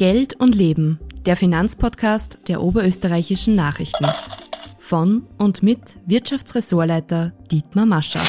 Geld und Leben, der Finanzpodcast der Oberösterreichischen Nachrichten. Von und mit Wirtschaftsressortleiter Dietmar Mascher.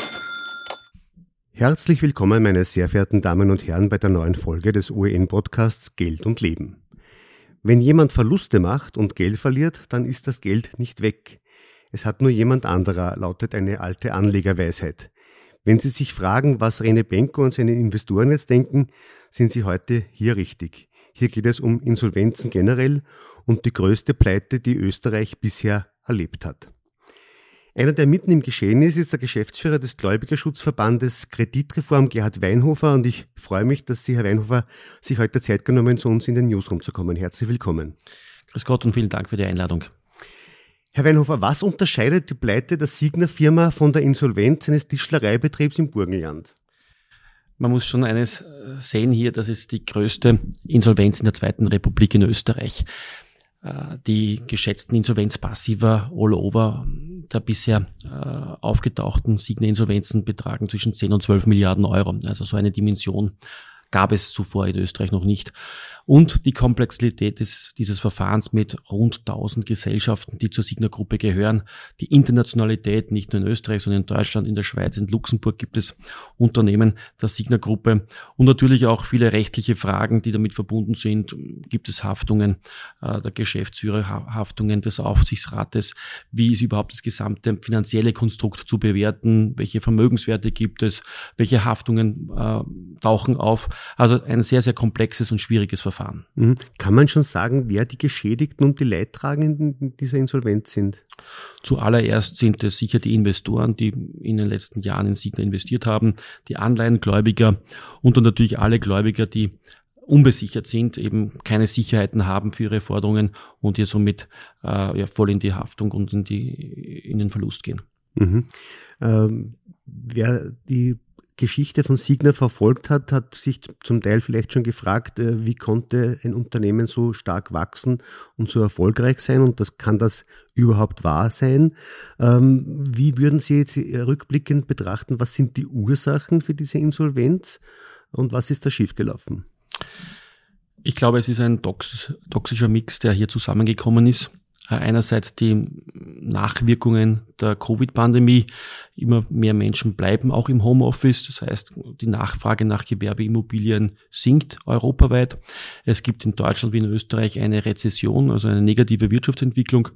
Herzlich willkommen, meine sehr verehrten Damen und Herren, bei der neuen Folge des OEN-Podcasts Geld und Leben. Wenn jemand Verluste macht und Geld verliert, dann ist das Geld nicht weg. Es hat nur jemand anderer, lautet eine alte Anlegerweisheit. Wenn Sie sich fragen, was René Benko und seine Investoren jetzt denken, sind Sie heute hier richtig. Hier geht es um Insolvenzen generell und die größte Pleite, die Österreich bisher erlebt hat. Einer, der mitten im Geschehen ist der Geschäftsführer des Gläubigerschutzverbandes Kreditreform, Gerhard Weinhofer, und ich freue mich, dass Sie, Herr Weinhofer, sich heute Zeit genommen, zu uns in den Newsroom zu kommen. Herzlich willkommen. Grüß Gott und vielen Dank für die Einladung. Herr Weinhofer, was unterscheidet die Pleite der Signa-Firma von der Insolvenz eines Tischlereibetriebs im Burgenland? Man muss schon eines sehen hier, das ist die größte Insolvenz in der Zweiten Republik in Österreich. Die geschätzten Insolvenzpassiva all over der bisher aufgetauchten Signa-Insolvenzen betragen zwischen 10 und 12 Milliarden Euro. Also so eine Dimension gab es zuvor in Österreich noch nicht. Und die Komplexität dieses Verfahrens mit rund 1000 Gesellschaften, die zur Signa-Gruppe gehören. Die Internationalität, nicht nur in Österreich, sondern in Deutschland, in der Schweiz, in Luxemburg gibt es Unternehmen der Signa-Gruppe. Und natürlich auch viele rechtliche Fragen, die damit verbunden sind. Gibt es Haftungen der Geschäftsführer, Haftungen des Aufsichtsrates? Wie ist überhaupt das gesamte finanzielle Konstrukt zu bewerten? Welche Vermögenswerte gibt es? Welche Haftungen tauchen auf? Also ein sehr, sehr komplexes und schwieriges Verfahren. Kann man schon sagen, wer die Geschädigten und die Leidtragenden dieser Insolvenz sind? Zuallererst sind es sicher die Investoren, die in den letzten Jahren in Signa investiert haben, die Anleihengläubiger und dann natürlich alle Gläubiger, die unbesichert sind, eben keine Sicherheiten haben für ihre Forderungen und hier somit voll in die Haftung und in den Verlust gehen. Wer die Geschichte von Signa verfolgt hat, hat sich zum Teil vielleicht schon gefragt, wie konnte ein Unternehmen so stark wachsen und so erfolgreich sein, und kann das überhaupt wahr sein? Wie würden Sie jetzt rückblickend betrachten, was sind die Ursachen für diese Insolvenz und was ist da schiefgelaufen? Ich glaube, es ist ein toxischer Mix, der hier zusammengekommen ist. Einerseits die Nachwirkungen der Covid-Pandemie. Immer mehr Menschen bleiben auch im Homeoffice. Das heißt, die Nachfrage nach Gewerbeimmobilien sinkt europaweit. Es gibt in Deutschland wie in Österreich eine Rezession, also eine negative Wirtschaftsentwicklung.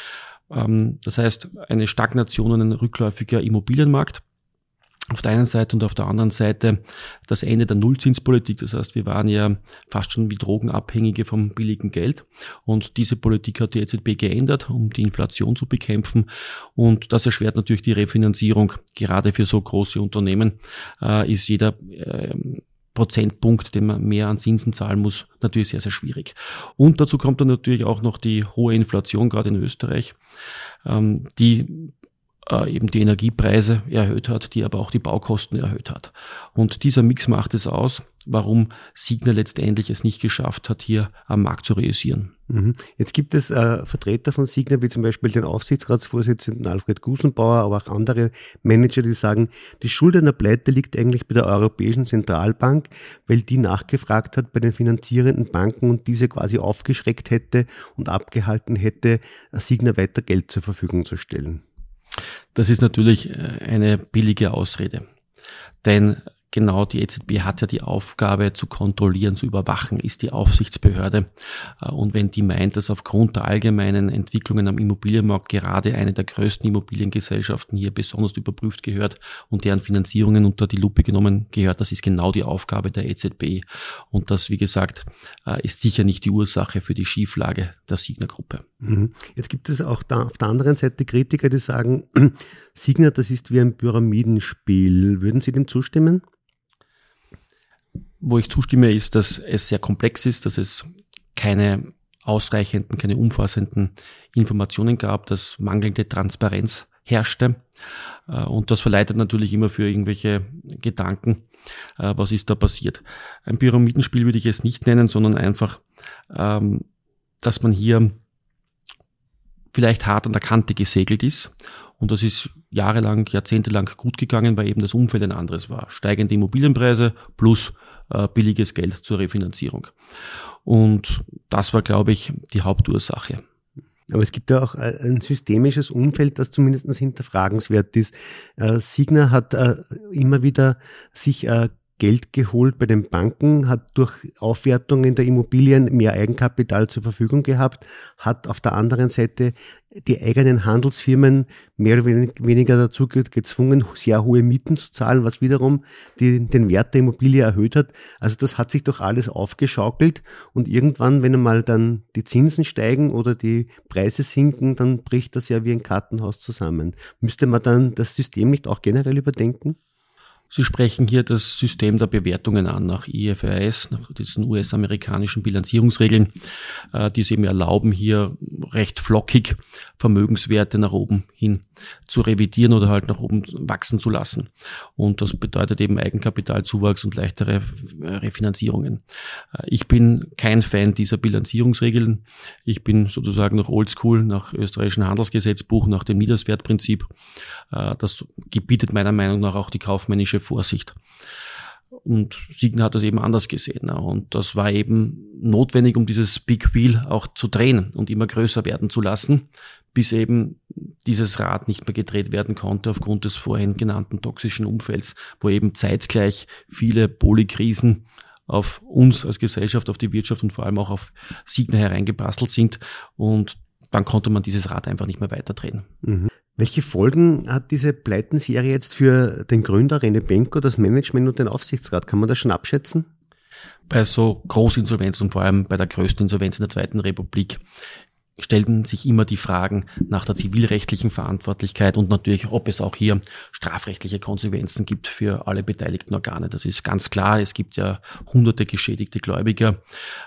Das heißt, eine Stagnation und ein rückläufiger Immobilienmarkt. Auf der einen Seite und auf der anderen Seite das Ende der Nullzinspolitik. Das heißt, wir waren ja fast schon wie Drogenabhängige vom billigen Geld. Und diese Politik hat die EZB geändert, um die Inflation zu bekämpfen. Und das erschwert natürlich die Refinanzierung. Gerade für so große Unternehmen ist jeder Prozentpunkt, den man mehr an Zinsen zahlen muss, natürlich sehr, sehr schwierig. Und dazu kommt dann natürlich auch noch die hohe Inflation, gerade in Österreich, die eben die Energiepreise erhöht hat, die aber auch die Baukosten erhöht hat. Und dieser Mix macht es aus, warum Signa letztendlich es nicht geschafft hat, hier am Markt zu realisieren. Jetzt gibt es Vertreter von Signa, wie zum Beispiel den Aufsichtsratsvorsitzenden Alfred Gusenbauer, aber auch andere Manager, die sagen, die Schuld einer Pleite liegt eigentlich bei der Europäischen Zentralbank, weil die nachgefragt hat bei den finanzierenden Banken und diese quasi aufgeschreckt hätte und abgehalten hätte, Signa weiter Geld zur Verfügung zu stellen. Das ist natürlich eine billige Ausrede, denn genau die EZB hat ja die Aufgabe zu kontrollieren, zu überwachen, ist die Aufsichtsbehörde. Und wenn die meint, dass aufgrund der allgemeinen Entwicklungen am Immobilienmarkt gerade eine der größten Immobiliengesellschaften hier besonders überprüft gehört und deren Finanzierungen unter die Lupe genommen gehört, das ist genau die Aufgabe der EZB. Und das, wie gesagt, ist sicher nicht die Ursache für die Schieflage der Signa-Gruppe. Jetzt gibt es auch da auf der anderen Seite Kritiker, die sagen, Signa, das ist wie ein Pyramidenspiel. Würden Sie dem zustimmen? Wo ich zustimme, ist, dass es sehr komplex ist, dass es keine ausreichenden, keine umfassenden Informationen gab, dass mangelnde Transparenz herrschte. Und das verleitet natürlich immer für irgendwelche Gedanken, was ist da passiert. Ein Pyramidenspiel würde ich es nicht nennen, sondern einfach, dass man hier vielleicht hart an der Kante gesegelt ist. Und das ist jahrelang, jahrzehntelang gut gegangen, weil eben das Umfeld ein anderes war. Steigende Immobilienpreise plus billiges Geld zur Refinanzierung. Und das war, glaube ich, die Hauptursache. Aber es gibt ja auch ein systemisches Umfeld, das zumindest hinterfragenswert ist. Signa hat immer wieder sich Geld geholt bei den Banken, hat durch Aufwertungen der Immobilien mehr Eigenkapital zur Verfügung gehabt, hat auf der anderen Seite die eigenen Handelsfirmen mehr oder weniger dazu gezwungen, sehr hohe Mieten zu zahlen, was wiederum den Wert der Immobilie erhöht hat. Also das hat sich doch alles aufgeschaukelt und irgendwann, wenn einmal dann die Zinsen steigen oder die Preise sinken, dann bricht das ja wie ein Kartenhaus zusammen. Müsste man dann das System nicht auch generell überdenken? Sie sprechen hier das System der Bewertungen an, nach IFRS, nach diesen US-amerikanischen Bilanzierungsregeln, die es eben erlauben, hier recht flockig Vermögenswerte nach oben hin zu revidieren oder halt nach oben wachsen zu lassen. Und das bedeutet eben Eigenkapitalzuwachs und leichtere Refinanzierungen. Ich bin kein Fan dieser Bilanzierungsregeln. Ich bin sozusagen noch oldschool nach österreichischem Handelsgesetzbuch, nach dem Niederswertprinzip. Das gebietet meiner Meinung nach auch die kaufmännische Vorsicht. Und Signa hat das eben anders gesehen. Und das war eben notwendig, um dieses Big Wheel auch zu drehen und immer größer werden zu lassen, bis eben dieses Rad nicht mehr gedreht werden konnte aufgrund des vorhin genannten toxischen Umfelds, wo eben zeitgleich viele Polykrisen auf uns als Gesellschaft, auf die Wirtschaft und vor allem auch auf Signa hereingebastelt sind. Und dann konnte man dieses Rad einfach nicht mehr weiterdrehen. Mhm. Welche Folgen hat diese Pleitenserie jetzt für den Gründer René Benko, das Management und den Aufsichtsrat? Kann man das schon abschätzen? Bei so Großinsolvenzen und vor allem bei der größten Insolvenz in der Zweiten Republik stellten sich immer die Fragen nach der zivilrechtlichen Verantwortlichkeit und natürlich, ob es auch hier strafrechtliche Konsequenzen gibt für alle beteiligten Organe. Das ist ganz klar. Es gibt ja hunderte geschädigte Gläubiger,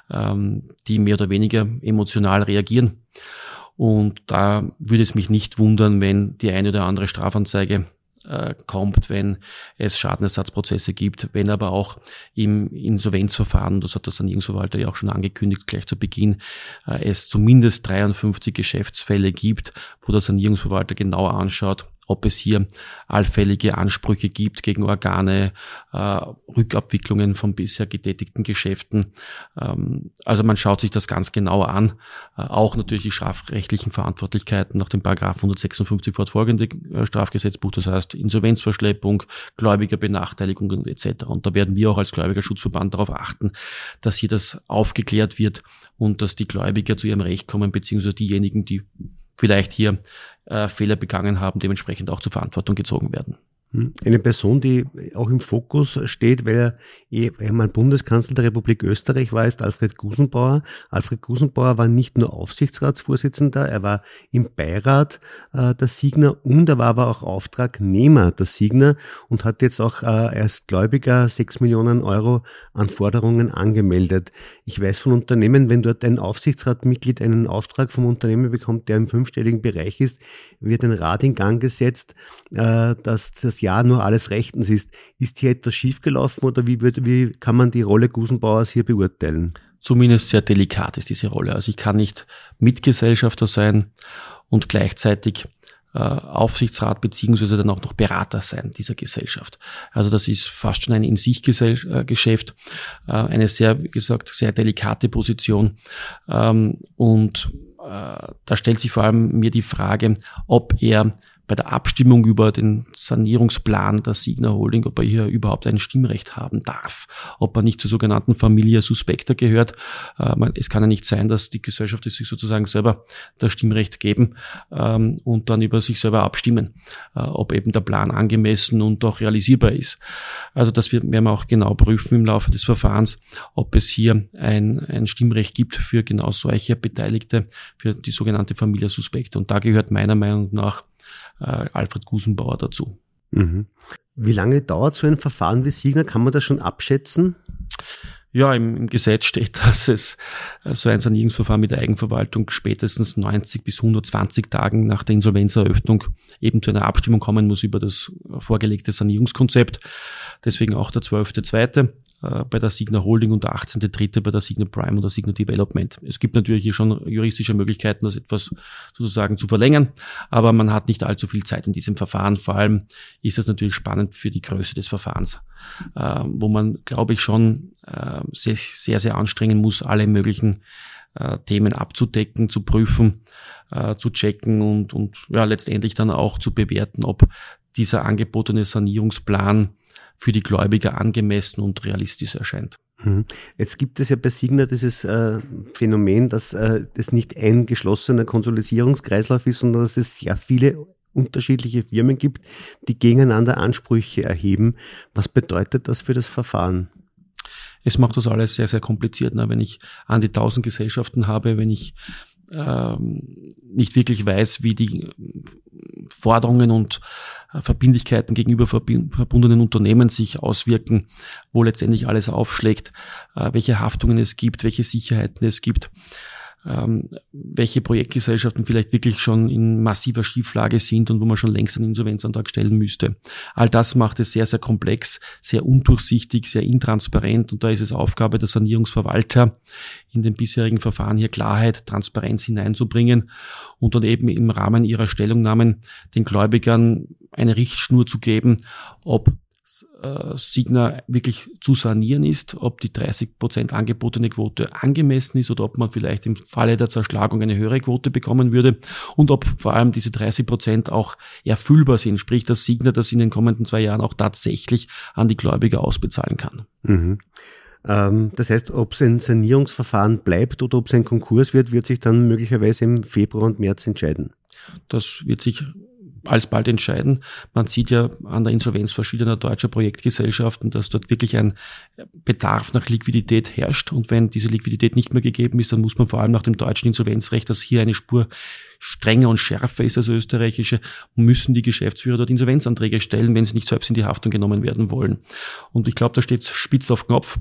die mehr oder weniger emotional reagieren. Und da würde es mich nicht wundern, wenn die eine oder andere Strafanzeige kommt, wenn es Schadenersatzprozesse gibt, wenn aber auch im Insolvenzverfahren, das hat der Sanierungsverwalter ja auch schon angekündigt, gleich zu Beginn, es zumindest 53 Geschäftsfälle gibt, wo der Sanierungsverwalter genauer anschaut, ob es hier allfällige Ansprüche gibt gegen Organe, Rückabwicklungen von bisher getätigten Geschäften. Also man schaut sich das ganz genau an. Auch natürlich die strafrechtlichen Verantwortlichkeiten nach dem Paragraph 156 fortfolgende Strafgesetzbuch, das heißt Insolvenzverschleppung, Gläubigerbenachteiligung etc. Und da werden wir auch als Gläubigerschutzverband darauf achten, dass hier das aufgeklärt wird und dass die Gläubiger zu ihrem Recht kommen, beziehungsweise diejenigen, die vielleicht hier Fehler begangen haben, dementsprechend auch zur Verantwortung gezogen werden. Eine Person, die auch im Fokus steht, weil er einmal Bundeskanzler der Republik Österreich war, ist Alfred Gusenbauer. Alfred Gusenbauer war nicht nur Aufsichtsratsvorsitzender, er war im Beirat der Signa und er war aber auch Auftragnehmer der Signa und hat jetzt auch als Gläubiger 6 Millionen Euro an Forderungen angemeldet. Ich weiß von Unternehmen, wenn dort ein Aufsichtsratmitglied einen Auftrag vom Unternehmen bekommt, der im 5-stelligen Bereich ist, wird ein Rad in Gang gesetzt, dass das Jahr nur alles rechtens ist. Ist hier etwas schiefgelaufen oder wie kann man die Rolle Gusenbauers hier beurteilen? Zumindest sehr delikat ist diese Rolle. Also ich kann nicht Mitgesellschafter sein und gleichzeitig Aufsichtsrat beziehungsweise dann auch noch Berater sein dieser Gesellschaft. Also das ist fast schon ein In-sich-Geschäft, eine sehr, wie gesagt, sehr delikate Position und da stellt sich vor allem mir die Frage, ob er bei der Abstimmung über den Sanierungsplan der Signa Holding, ob er hier überhaupt ein Stimmrecht haben darf, ob er nicht zur sogenannten Familia Suspecta gehört. Es kann ja nicht sein, dass die Gesellschaft sich sozusagen selber das Stimmrecht geben und dann über sich selber abstimmen, ob eben der Plan angemessen und auch realisierbar ist. Also das werden wir auch genau prüfen im Laufe des Verfahrens, ob es hier ein Stimmrecht gibt für genau solche Beteiligte, für die sogenannte Familia Suspecta. Und da gehört meiner Meinung nach Alfred Gusenbauer dazu. Mhm. Wie lange dauert so ein Verfahren wie Signa? Kann man das schon abschätzen? Ja, im Gesetz steht, dass es so ein Sanierungsverfahren mit der Eigenverwaltung spätestens 90 bis 120 Tagen nach der Insolvenzeröffnung eben zu einer Abstimmung kommen muss über das vorgelegte Sanierungskonzept. Deswegen auch der 12.2. Bei der Signa Holding und der 18.3. bei der Signa Prime und der Signa Development. Es gibt natürlich hier schon juristische Möglichkeiten, das etwas sozusagen zu verlängern, aber man hat nicht allzu viel Zeit in diesem Verfahren. Vor allem ist es natürlich spannend für die Größe des Verfahrens, wo man, glaube ich, schon sehr, sehr anstrengen muss, alle möglichen Themen abzudecken, zu prüfen, zu checken und letztendlich dann auch zu bewerten, ob dieser angebotene Sanierungsplan für die Gläubiger angemessen und realistisch erscheint. Jetzt gibt es ja bei Signa dieses Phänomen, dass das nicht ein geschlossener Konsolidierungskreislauf ist, sondern dass es sehr viele unterschiedliche Firmen gibt, die gegeneinander Ansprüche erheben. Was bedeutet das für das Verfahren? Es macht das alles sehr, sehr kompliziert. Wenn ich an die 1000 Gesellschaften habe, wenn ich nicht wirklich weiß, wie die Forderungen und Verbindlichkeiten gegenüber verbundenen Unternehmen sich auswirken, wo letztendlich alles aufschlägt, welche Haftungen es gibt, welche Sicherheiten es gibt, welche Projektgesellschaften vielleicht wirklich schon in massiver Schieflage sind und wo man schon längst einen Insolvenzantrag stellen müsste. All das macht es sehr, sehr komplex, sehr undurchsichtig, sehr intransparent und da ist es Aufgabe der Sanierungsverwalter, in den bisherigen Verfahren hier Klarheit, Transparenz hineinzubringen und dann eben im Rahmen ihrer Stellungnahmen den Gläubigern eine Richtschnur zu geben, ob Signa wirklich zu sanieren ist, ob die 30% angebotene Quote angemessen ist oder ob man vielleicht im Falle der Zerschlagung eine höhere Quote bekommen würde und ob vor allem diese 30% auch erfüllbar sind, sprich, dass Signa das in den kommenden 2 Jahren auch tatsächlich an die Gläubiger ausbezahlen kann. Mhm. Das heißt, ob es ein Sanierungsverfahren bleibt oder ob es ein Konkurs wird sich dann möglicherweise im Februar und März entscheiden. Das wird sich alsbald entscheiden. Man sieht ja an der Insolvenz verschiedener deutscher Projektgesellschaften, dass dort wirklich ein Bedarf nach Liquidität herrscht. Und wenn diese Liquidität nicht mehr gegeben ist, dann muss man vor allem nach dem deutschen Insolvenzrecht, das hier eine Spur strenger und schärfer ist als österreichische, müssen die Geschäftsführer dort Insolvenzanträge stellen, wenn sie nicht selbst in die Haftung genommen werden wollen. Und ich glaube, da steht es spitz auf Knopf.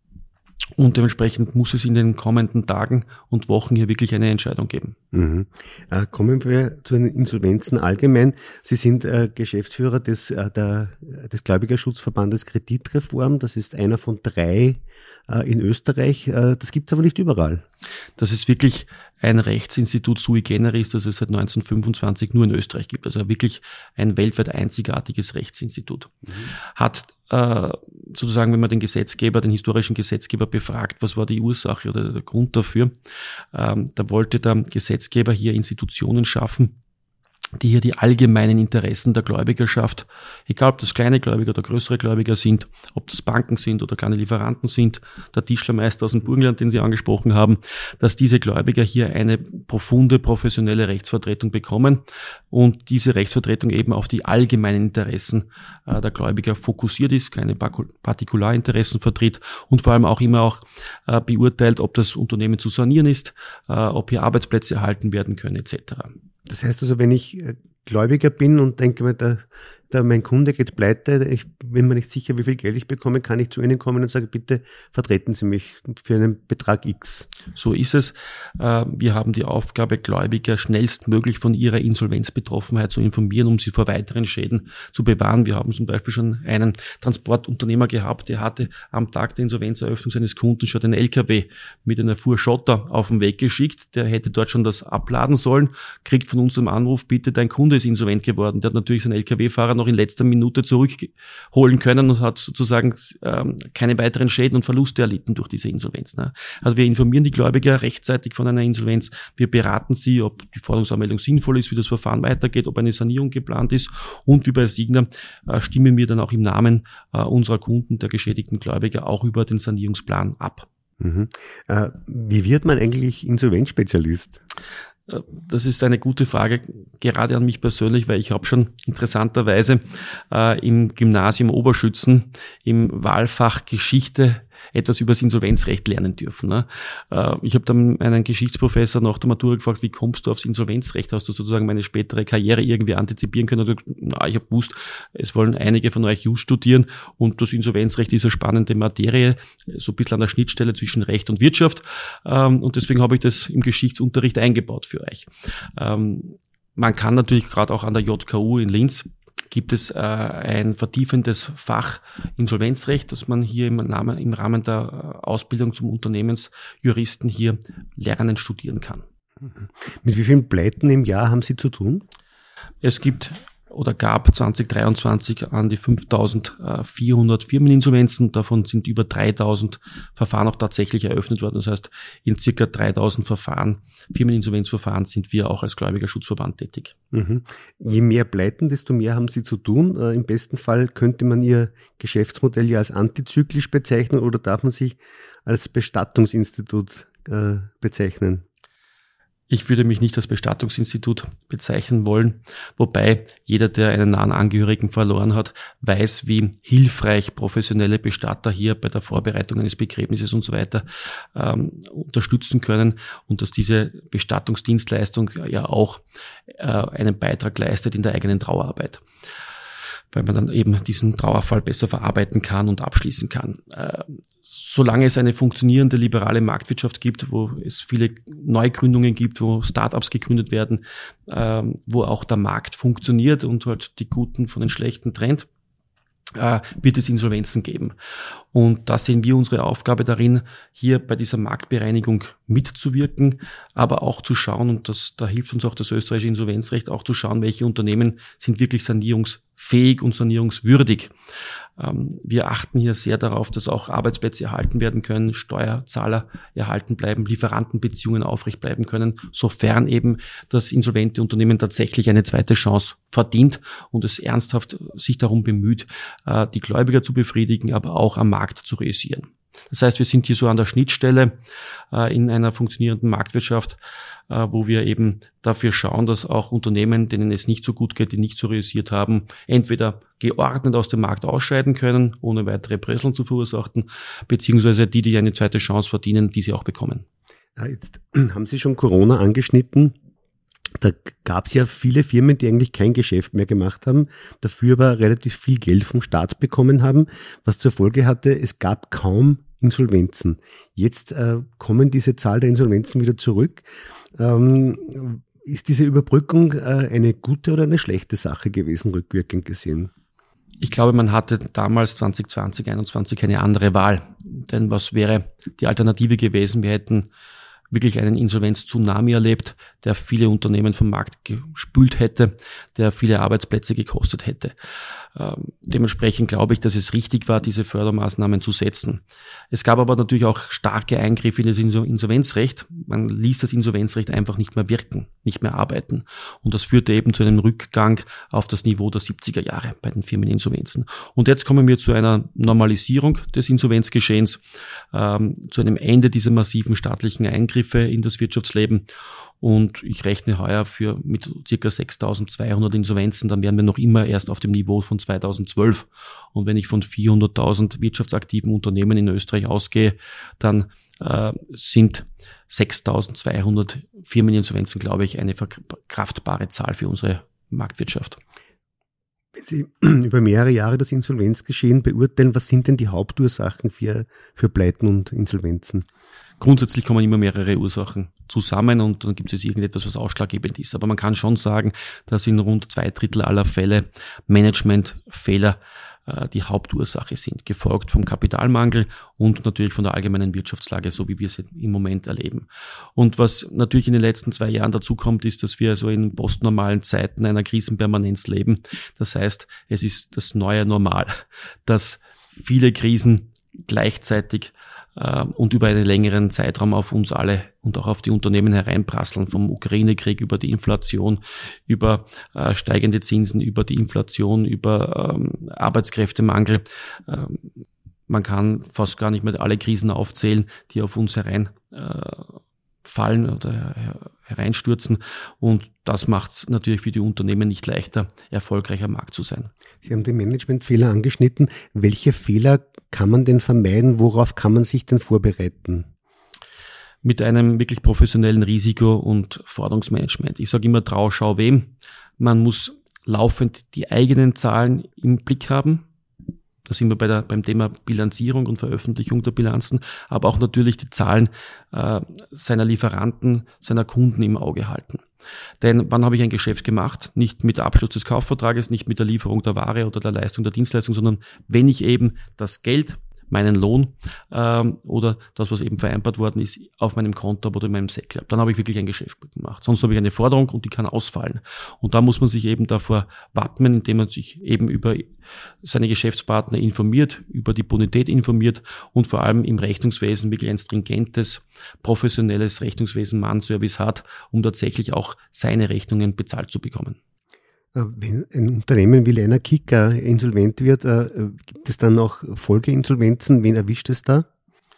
Und dementsprechend muss es in den kommenden Tagen und Wochen hier wirklich eine Entscheidung geben. Mhm. Kommen wir zu den Insolvenzen allgemein. Sie sind Geschäftsführer des Gläubigerschutzverbandes Kreditreform. Das ist einer von 3 in Österreich. Das gibt es aber nicht überall. Das ist wirklich ein Rechtsinstitut sui generis, das es seit 1925 nur in Österreich gibt. Also wirklich ein weltweit einzigartiges Rechtsinstitut. Hat sozusagen, wenn man den historischen Gesetzgeber befragt, was war die Ursache oder der Grund dafür, da wollte der Gesetzgeber hier Institutionen schaffen, die hier die allgemeinen Interessen der Gläubigerschaft, egal ob das kleine Gläubiger oder größere Gläubiger sind, ob das Banken sind oder kleine Lieferanten sind, der Tischlermeister aus dem Burgenland, den Sie angesprochen haben, dass diese Gläubiger hier eine profunde, professionelle Rechtsvertretung bekommen und diese Rechtsvertretung eben auf die allgemeinen Interessen der Gläubiger fokussiert ist, keine Partikularinteressen vertritt und vor allem auch immer beurteilt, ob das Unternehmen zu sanieren ist, ob hier Arbeitsplätze erhalten werden können etc. Das heißt also, wenn ich Gläubiger bin und denke mir, mein Kunde geht pleite, ich bin mir nicht sicher, wie viel Geld ich bekomme, kann ich zu Ihnen kommen und sage, bitte vertreten Sie mich für einen Betrag X. So ist es. Wir haben die Aufgabe, Gläubiger schnellstmöglich von ihrer Insolvenzbetroffenheit zu informieren, um sie vor weiteren Schäden zu bewahren. Wir haben zum Beispiel schon einen Transportunternehmer gehabt, der hatte am Tag der Insolvenzeröffnung seines Kunden schon den LKW mit einer Fuhr Schotter auf den Weg geschickt. Der hätte dort schon das abladen sollen, kriegt von uns einen Anruf, bitte, dein Kunde ist insolvent geworden. Der hat natürlich seinen LKW-Fahrer noch in letzter Minute zurückholen können und hat sozusagen keine weiteren Schäden und Verluste erlitten durch diese Insolvenz. Ne? Also wir informieren die Gläubiger rechtzeitig von einer Insolvenz. Wir beraten sie, ob die Forderungsanmeldung sinnvoll ist, wie das Verfahren weitergeht, ob eine Sanierung geplant ist und wie bei Signa stimmen wir dann auch im Namen unserer Kunden, der geschädigten Gläubiger, auch über den Sanierungsplan ab. Mhm. Wie wird man eigentlich Insolvenzspezialist? Das ist eine gute Frage, gerade an mich persönlich, weil ich habe schon interessanterweise im Gymnasium Oberschützen im Wahlfach Geschichte etwas über das Insolvenzrecht lernen dürfen. Ne? Ich habe dann einen Geschichtsprofessor nach der Matura gefragt, wie kommst du aufs Insolvenzrecht? Hast du sozusagen meine spätere Karriere irgendwie antizipieren können? Und ich habe gewusst, es wollen einige von euch Jus studieren und das Insolvenzrecht ist eine spannende Materie, so ein bisschen an der Schnittstelle zwischen Recht und Wirtschaft. Und deswegen habe ich das im Geschichtsunterricht eingebaut für euch. Man kann natürlich gerade auch an der JKU in Linz gibt es ein vertiefendes Fach Insolvenzrecht, das man hier im Rahmen der Ausbildung zum Unternehmensjuristen hier lernen, studieren kann. Mit wie vielen Pleiten im Jahr haben Sie zu tun? Es gibt oder gab 2023 an die 5.400 Firmeninsolvenzen. Davon sind über 3.000 Verfahren auch tatsächlich eröffnet worden. Das heißt, in circa 3.000 Verfahren, Firmeninsolvenzverfahren, sind wir auch als Gläubigerschutzverband tätig. Mhm. Je mehr Pleiten, desto mehr haben Sie zu tun. Im besten Fall könnte man Ihr Geschäftsmodell ja als antizyklisch bezeichnen, oder darf man sich als Bestattungsinstitut bezeichnen? Ich würde mich nicht als Bestattungsinstitut bezeichnen wollen, wobei jeder, der einen nahen Angehörigen verloren hat, weiß, wie hilfreich professionelle Bestatter hier bei der Vorbereitung eines Begräbnisses und so weiter unterstützen können, und dass diese Bestattungsdienstleistung ja auch einen Beitrag leistet in der eigenen Trauerarbeit, weil man dann eben diesen Trauerfall besser verarbeiten kann und abschließen kann. Solange es eine funktionierende liberale Marktwirtschaft gibt, wo es viele Neugründungen gibt, wo Startups gegründet werden, wo auch der Markt funktioniert und halt die Guten von den Schlechten trennt, wird es Insolvenzen geben. Und da sehen wir unsere Aufgabe darin, hier bei dieser Marktbereinigung mitzuwirken, aber auch zu schauen, und da hilft uns auch das österreichische Insolvenzrecht, auch zu schauen, welche Unternehmen sind wirklich sanierungsfähig und sanierungswürdig. Wir achten hier sehr darauf, dass auch Arbeitsplätze erhalten werden können, Steuerzahler erhalten bleiben, Lieferantenbeziehungen aufrecht bleiben können, sofern eben das insolvente Unternehmen tatsächlich eine zweite Chance verdient und es ernsthaft sich darum bemüht, die Gläubiger zu befriedigen, aber auch am Markt zu realisieren. Das heißt, wir sind hier so an der Schnittstelle in einer funktionierenden Marktwirtschaft, wo wir eben dafür schauen, dass auch Unternehmen, denen es nicht so gut geht, die nicht so realisiert haben, entweder geordnet aus dem Markt ausscheiden können, ohne weitere Presseln zu verursachen, beziehungsweise die eine zweite Chance verdienen, die sie auch bekommen. Jetzt haben Sie schon Corona angeschnitten. Da gab es ja viele Firmen, die eigentlich kein Geschäft mehr gemacht haben, dafür aber relativ viel Geld vom Staat bekommen haben, was zur Folge hatte, es gab kaum Insolvenzen. Jetzt kommen diese Zahl der Insolvenzen wieder zurück. Ist diese Überbrückung eine gute oder eine schlechte Sache gewesen, rückwirkend gesehen? Ich glaube, man hatte damals 2020, 2021 keine andere Wahl. Denn was wäre die Alternative gewesen? Wir hätten wirklich einen Insolvenz-Tsunami erlebt, der viele Unternehmen vom Markt gespült hätte, der viele Arbeitsplätze gekostet hätte. Dementsprechend glaube ich, dass es richtig war, diese Fördermaßnahmen zu setzen. Es gab aber natürlich auch starke Eingriffe in das Insolvenzrecht. Man ließ das Insolvenzrecht einfach nicht mehr wirken, nicht mehr arbeiten. Und das führte eben zu einem Rückgang auf das Niveau der 70er Jahre bei den Firmeninsolvenzen. Und jetzt kommen wir zu einer Normalisierung des Insolvenzgeschehens, zu einem Ende dieser massiven staatlichen Eingriffe in das Wirtschaftsleben. Und ich rechne heuer mit ca. 6.200 Insolvenzen, dann wären wir noch immer erst auf dem Niveau von 2012. Und wenn ich von 400.000 wirtschaftsaktiven Unternehmen in Österreich ausgehe, dann sind 6.200 Firmeninsolvenzen, glaube ich, eine verkraftbare Zahl für unsere Marktwirtschaft. Wenn Sie über mehrere Jahre das Insolvenzgeschehen beurteilen, was sind denn die Hauptursachen für Pleiten und Insolvenzen? Grundsätzlich kommen immer mehrere Ursachen zusammen und dann gibt es irgendetwas, was ausschlaggebend ist. Aber man kann schon sagen, dass in rund 2/3 aller Fälle Managementfehler die Hauptursache sind, gefolgt vom Kapitalmangel und natürlich von der allgemeinen Wirtschaftslage, so wie wir sie im Moment erleben. Und was natürlich in den letzten 2 Jahren dazu kommt, ist, dass wir so in postnormalen Zeiten einer Krisenpermanenz leben. Das heißt, es ist das neue Normal, dass viele Krisen gleichzeitig und über einen längeren Zeitraum auf uns alle und auch auf die Unternehmen hereinprasseln, vom Ukraine-Krieg über die Inflation, über steigende Zinsen, über die Inflation, über Arbeitskräftemangel. Man kann fast gar nicht mehr alle Krisen aufzählen, die auf uns hereinfallen oder hereinstürzen, und das macht es natürlich für die Unternehmen nicht leichter, erfolgreich am Markt zu sein. Sie haben den Managementfehler angeschnitten. Welche Fehler kann man denn vermeiden? Worauf kann man sich denn vorbereiten? Mit einem wirklich professionellen Risiko- und Forderungsmanagement. Ich sage immer, trau, schau, wem. Man muss laufend die eigenen Zahlen im Blick haben. Da sind wir beim Thema Bilanzierung und Veröffentlichung der Bilanzen, aber auch natürlich die Zahlen seiner Lieferanten, seiner Kunden im Auge halten. Denn wann habe ich ein Geschäft gemacht? Nicht mit Abschluss des Kaufvertrages, nicht mit der Lieferung der Ware oder der Leistung der Dienstleistung, sondern wenn ich eben das Geld meinen Lohn oder das, was eben vereinbart worden ist, auf meinem Konto oder in meinem Säckle. Dann habe ich wirklich ein Geschäft gemacht. Sonst habe ich eine Forderung und die kann ausfallen. Und da muss man sich eben davor wappnen, indem man sich eben über seine Geschäftspartner informiert, über die Bonität informiert und vor allem im Rechnungswesen wirklich ein stringentes, professionelles Rechnungswesen Mannservice hat, um tatsächlich auch seine Rechnungen bezahlt zu bekommen. Wenn ein Unternehmen wie Liner Kicker insolvent wird, gibt es dann auch Folgeinsolvenzen? Wen erwischt es da?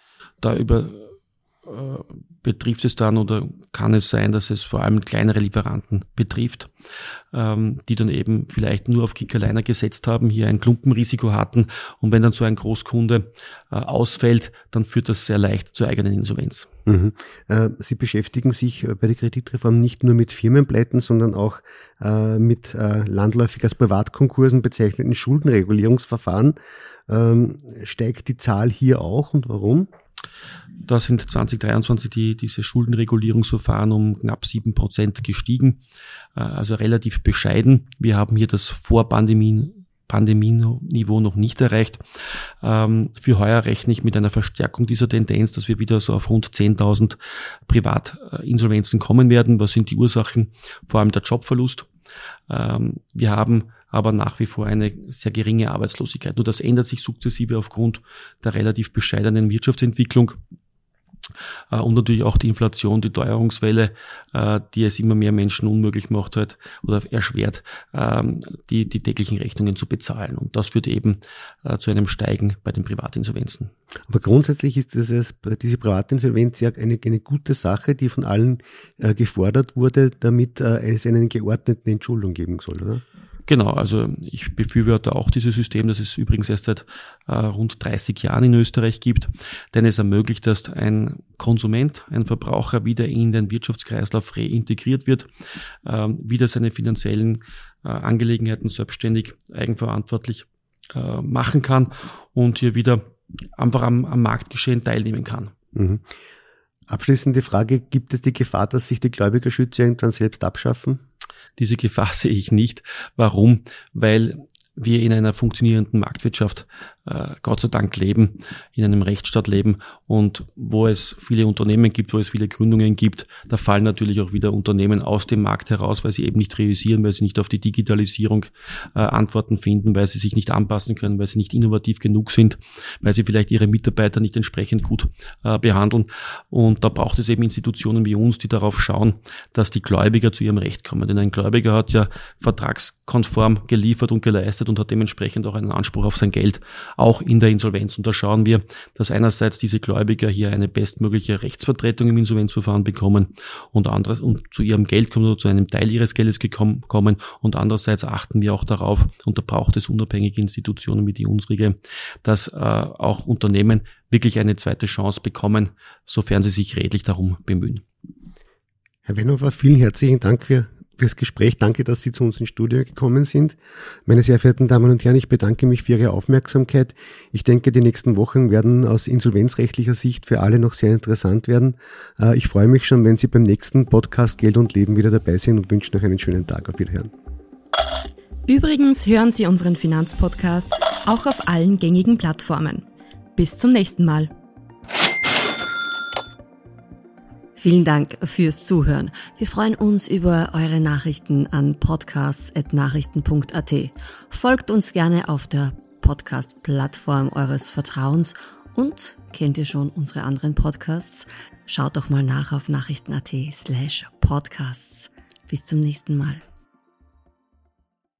Betrifft es dann oder kann es sein, dass es vor allem kleinere Lieferanten betrifft, die dann eben vielleicht nur auf Kickerliner gesetzt haben, hier ein Klumpenrisiko hatten und wenn dann so ein Großkunde ausfällt, dann führt das sehr leicht zur eigenen Insolvenz. Mhm. Sie beschäftigen sich bei der Kreditreform nicht nur mit Firmenpleiten, sondern auch mit landläufig als Privatkonkursen bezeichneten Schuldenregulierungsverfahren. Steigt die Zahl hier auch und warum? Da sind 2023 diese Schuldenregulierungsverfahren um knapp 7% gestiegen, also relativ bescheiden. Wir haben hier das Vor-Pandemie-Niveau noch nicht erreicht. Für heuer rechne ich mit einer Verstärkung dieser Tendenz, dass wir wieder so auf rund 10.000 Privatinsolvenzen kommen werden. Was sind die Ursachen? Vor allem der Jobverlust. Wir haben aber nach wie vor eine sehr geringe Arbeitslosigkeit. Nur das ändert sich sukzessive aufgrund der relativ bescheidenen Wirtschaftsentwicklung und natürlich auch die Inflation, die Teuerungswelle, die es immer mehr Menschen unmöglich macht halt oder erschwert, die täglichen Rechnungen zu bezahlen. Und das führt eben zu einem Steigen bei den Privatinsolvenzen. Aber grundsätzlich ist diese Privatinsolvenz ja eine gute Sache, die von allen gefordert wurde, damit es einen geordneten Entschuldung geben soll, oder? Genau, also ich befürworte auch dieses System, das es übrigens erst seit rund 30 Jahren in Österreich gibt, denn es ermöglicht, dass ein Konsument, ein Verbraucher wieder in den Wirtschaftskreislauf reintegriert wird, wieder seine finanziellen Angelegenheiten selbstständig, eigenverantwortlich machen kann und hier wieder einfach am Marktgeschehen teilnehmen kann. Mhm. Abschließende Frage, gibt es die Gefahr, dass sich die Gläubigerschützer irgendwann selbst abschaffen? Diese Gefahr sehe ich nicht. Warum? Weil wir in einer funktionierenden Marktwirtschaft Gott sei Dank leben, in einem Rechtsstaat leben und wo es viele Unternehmen gibt, wo es viele Gründungen gibt, da fallen natürlich auch wieder Unternehmen aus dem Markt heraus, weil sie eben nicht realisieren, weil sie nicht auf die Digitalisierung Antworten finden, weil sie sich nicht anpassen können, weil sie nicht innovativ genug sind, weil sie vielleicht ihre Mitarbeiter nicht entsprechend gut behandeln. Und da braucht es eben Institutionen wie uns, die darauf schauen, dass die Gläubiger zu ihrem Recht kommen. Denn ein Gläubiger hat ja vertragskonform geliefert und geleistet und hat dementsprechend auch einen Anspruch auf sein Geld, auch in der Insolvenz. Und da schauen wir, dass einerseits diese Gläubiger hier eine bestmögliche Rechtsvertretung im Insolvenzverfahren bekommen und zu ihrem Geld kommen oder zu einem Teil ihres Geldes kommen und andererseits achten wir auch darauf, und da braucht es unabhängige Institutionen wie die unsrige, dass auch Unternehmen wirklich eine zweite Chance bekommen, sofern sie sich redlich darum bemühen. Herr Wenhofer, vielen herzlichen Dank fürs Gespräch. Danke, dass Sie zu uns ins Studio gekommen sind. Meine sehr verehrten Damen und Herren, ich bedanke mich für Ihre Aufmerksamkeit. Ich denke, die nächsten Wochen werden aus insolvenzrechtlicher Sicht für alle noch sehr interessant werden. Ich freue mich schon, wenn Sie beim nächsten Podcast Geld und Leben wieder dabei sind und wünsche noch einen schönen Tag. Auf Wiederhören. Übrigens hören Sie unseren Finanzpodcast auch auf allen gängigen Plattformen. Bis zum nächsten Mal. Vielen Dank fürs Zuhören. Wir freuen uns über eure Nachrichten an podcasts@nachrichten.at. Folgt uns gerne auf der Podcast-Plattform eures Vertrauens und kennt ihr schon unsere anderen Podcasts? Schaut doch mal nach auf nachrichten.at/podcasts. Bis zum nächsten Mal.